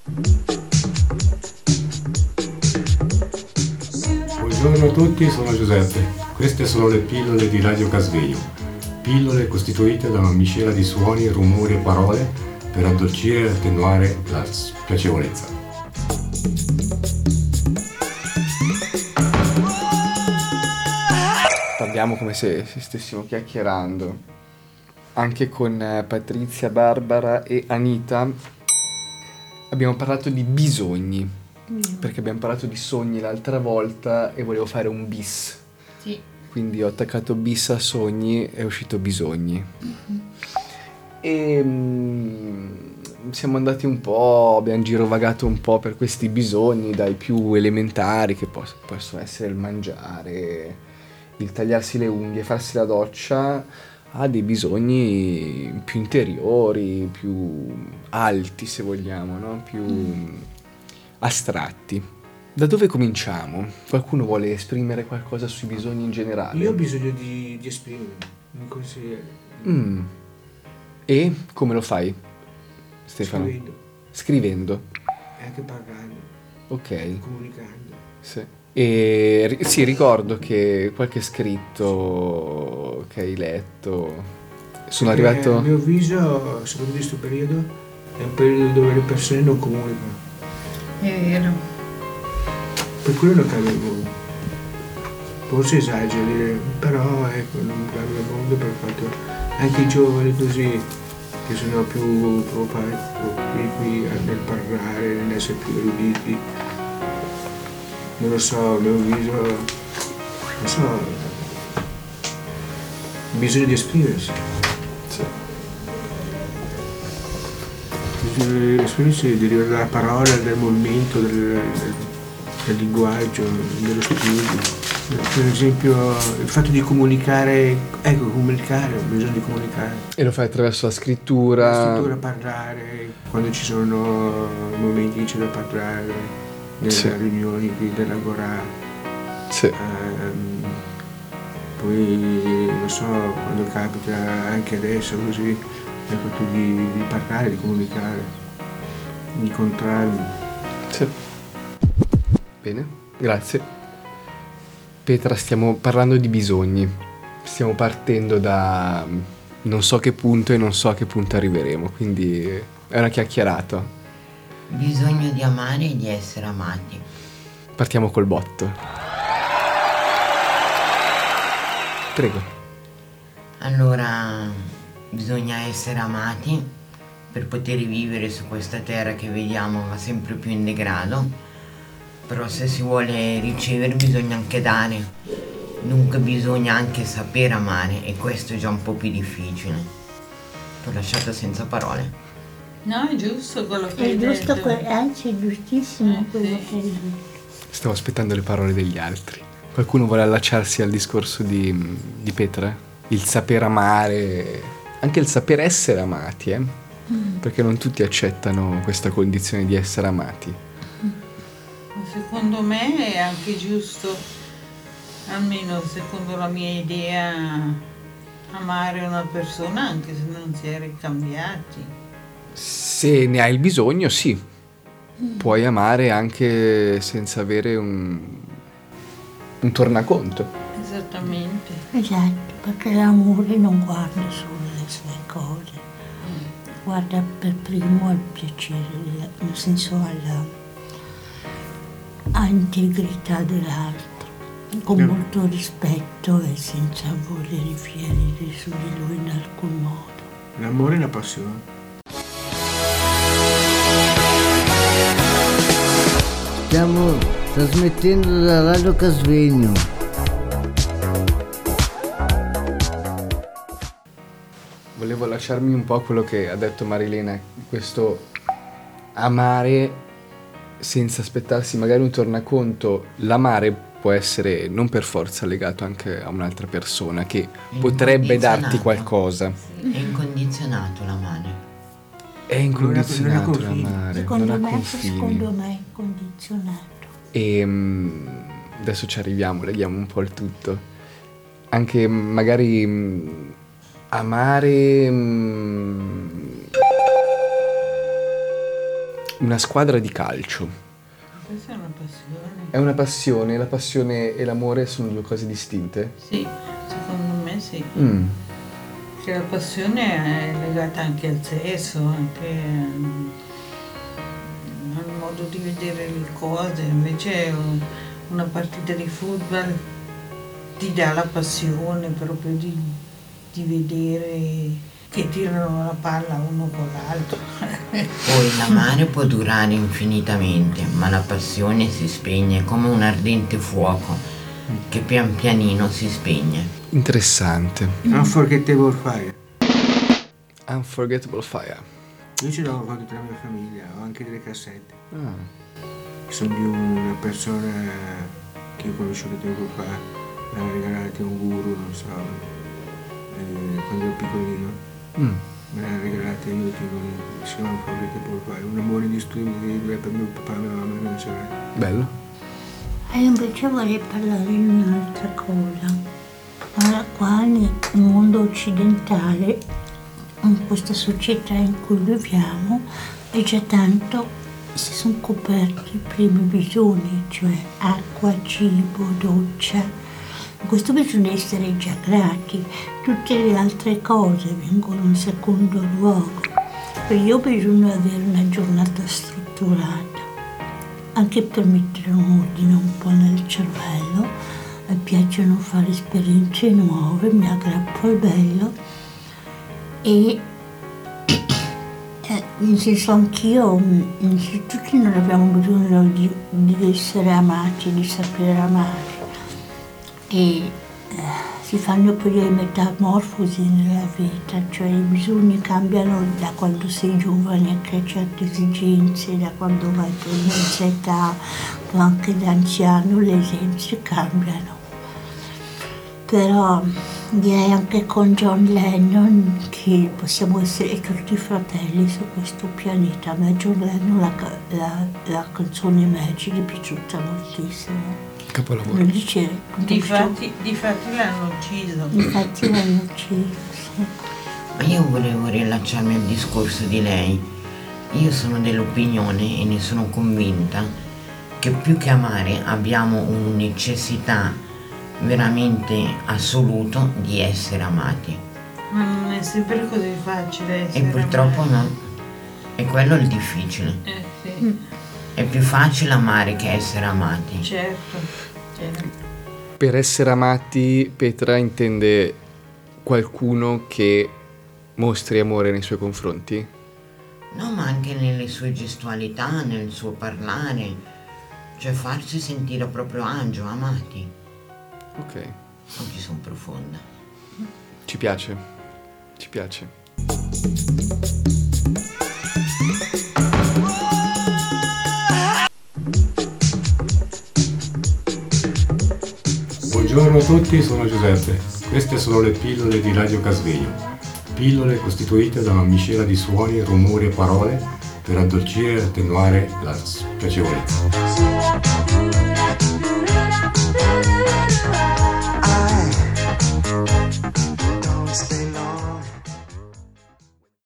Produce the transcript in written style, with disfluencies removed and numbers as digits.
Buongiorno a tutti, sono Giuseppe. Queste sono le pillole di Radio Casvegno. Pillole costituite da una miscela di suoni, rumori e parole per addolcire e attenuare la spiacevolezza. Parliamo come se stessimo chiacchierando. Anche con Patrizia, Barbara e Anita abbiamo parlato di bisogni. Perché abbiamo parlato di sogni l'altra volta e volevo fare un bis. Sì. Quindi ho attaccato bis a sogni e è uscito bisogni. E siamo andati un po', abbiamo girovagato un po' per questi bisogni, dai più elementari che possono essere il mangiare, il tagliarsi le unghie, farsi la doccia, a dei bisogni più interiori, più alti se vogliamo, no? Più astratti. Da dove cominciamo? Qualcuno vuole esprimere qualcosa sui bisogni in generale? Io ho bisogno di esprimermi, mi consigliere. E come lo fai, Stefano? Scrivendo. E anche parlando. Ok. Comunicando. Sì. E sì, ricordo che qualche scritto che hai letto. Sono arrivato. A mio avviso, secondo questo periodo, è un periodo dove le persone non comunicano. È vero. Per quello non cambia il mondo. Forse esagero dire, però ecco, non cambia il mondo per il fatto anche i giovani così, che sono più qui nel parlare, nell'essere più eruditi. Non lo so, a mio avviso, non so, bisogna di esprimersi. Sì. Bisogna di esprimersi deriva dalla parola, dal movimento, del linguaggio, dello studio. Per esempio il fatto di comunicare, ecco, comunicare, ho bisogno di comunicare. E lo fai attraverso la scrittura. La scrittura, parlare, quando ci sono momenti che c'è da parlare, nelle Sì. riunioni dell'agorà. Sì. Poi non so, quando capita anche adesso così, il fatto di parlare, di comunicare, di incontrarmi. Sì. Bene, grazie. Petra, stiamo parlando di bisogni. Stiamo partendo da non so che punto e non so a che punto arriveremo, quindi è una chiacchierata. Bisogno di amare e di essere amati. Partiamo col botto. Prego. Allora, bisogna essere amati per poter vivere su questa terra che vediamo va sempre più in degrado. Però se si vuole ricevere bisogna anche dare, dunque bisogna anche sapere amare e questo è già un po' più difficile. Ti ho lasciato senza parole. No, è giusto quello che hai È giusto, detto. anzi è giustissimo quello sì. che hai detto. Stavo aspettando le parole degli altri. Qualcuno vuole allacciarsi al discorso di Petra? Il saper amare, anche il saper essere amati, perché non tutti accettano questa condizione di essere amati. Secondo me è anche giusto, almeno secondo la mia idea, amare una persona anche se non si è ricambiati. Se ne hai il bisogno, sì. Puoi amare anche senza avere un tornaconto. Esattamente. Esatto, perché l'amore non guarda solo le sue cose, guarda per primo al piacere, nel senso all'integrità dell'altro, con molto rispetto e senza voler infierire su di lui in alcun modo. L'amore e la passione. Stiamo trasmettendo da Radio Casvegno. Volevo lasciarmi un po' a quello che ha detto Marilena, questo amare senza aspettarsi magari un tornaconto. L'amare può essere non per forza legato anche a un'altra persona che potrebbe darti qualcosa. È incondizionato l'amare. È incondizionato Non ha confini. l'amare, non ha confini. Secondo me è condizionato. E adesso ci arriviamo, leghiamo un po' il tutto. Anche magari amare Una squadra di calcio. Questa è una passione. È una passione, la passione e l'amore sono due cose distinte? Sì, secondo me sì. Mm. Che la passione è legata anche al sesso, anche al modo di vedere le cose. Invece una partita di football ti dà la passione proprio di vedere che tirano la palla uno con l'altro. Poi l'amare può durare infinitamente, ma la passione si spegne come un ardente fuoco che pian pianino si spegne. Interessante. Unforgettable Fire. Unforgettable Fire. Io ce l'ho fatto tra la mia famiglia, ho anche delle cassette. Ah. Sono di una persona che ho conosciuto tempo fa, me l'ha regalata un guru, non so, quando ero piccolino. Me l'ha regalata io, si chiama Unforgettable Fire, un amore di studio per mio papà, mia mamma e mia sorella. Bello. E invece vorrei parlare di un'altra cosa. Allora, qua nel mondo occidentale, in questa società in cui viviamo, è già tanto si sono coperti i primi bisogni, cioè acqua, cibo, doccia. Questo bisogna essere già grati, tutte le altre cose vengono in secondo luogo. Per io ho bisogno di avere una giornata strutturata, anche per mettere un ordine un po' nel cervello. Mi piacciono fare esperienze nuove, mi aggrappo al bello e in senso anch'io, tutti non abbiamo bisogno di essere amati, di sapere amare. E si fanno poi delle metamorfosi nella vita, cioè i bisogni cambiano da quando sei giovane, anche a certe esigenze, da quando vai per mezza età, o anche da anziano le esigenze cambiano. Però direi anche con John Lennon che possiamo essere tutti fratelli su questo pianeta. A me John Lennon la canzone Magic è piaciuta moltissimo. Capolavoro. Lo dice, Difatti l'hanno ucciso. Infatti l'hanno ucciso, sì. Ma io volevo rilacciarmi al discorso di lei. Io sono dell'opinione e ne sono convinta che più che amare abbiamo una necessità veramente assoluta di essere amati. Ma non è sempre così facile essere E purtroppo amati. no. E quello è il difficile. Sì, È più facile amare che essere amati. certo. Per essere amati, Petra intende qualcuno che mostri amore nei suoi confronti? No, ma anche nelle sue gestualità, nel suo parlare. Cioè farsi sentire proprio agio, amati. Ok. Oggi sono profonda. Ci piace. Ci piace. Buongiorno a tutti, sono Giuseppe. Queste sono le pillole di Radio Casvegno. Pillole costituite da una miscela di suoni, rumori e parole per addolcire e attenuare la spiacevolezza.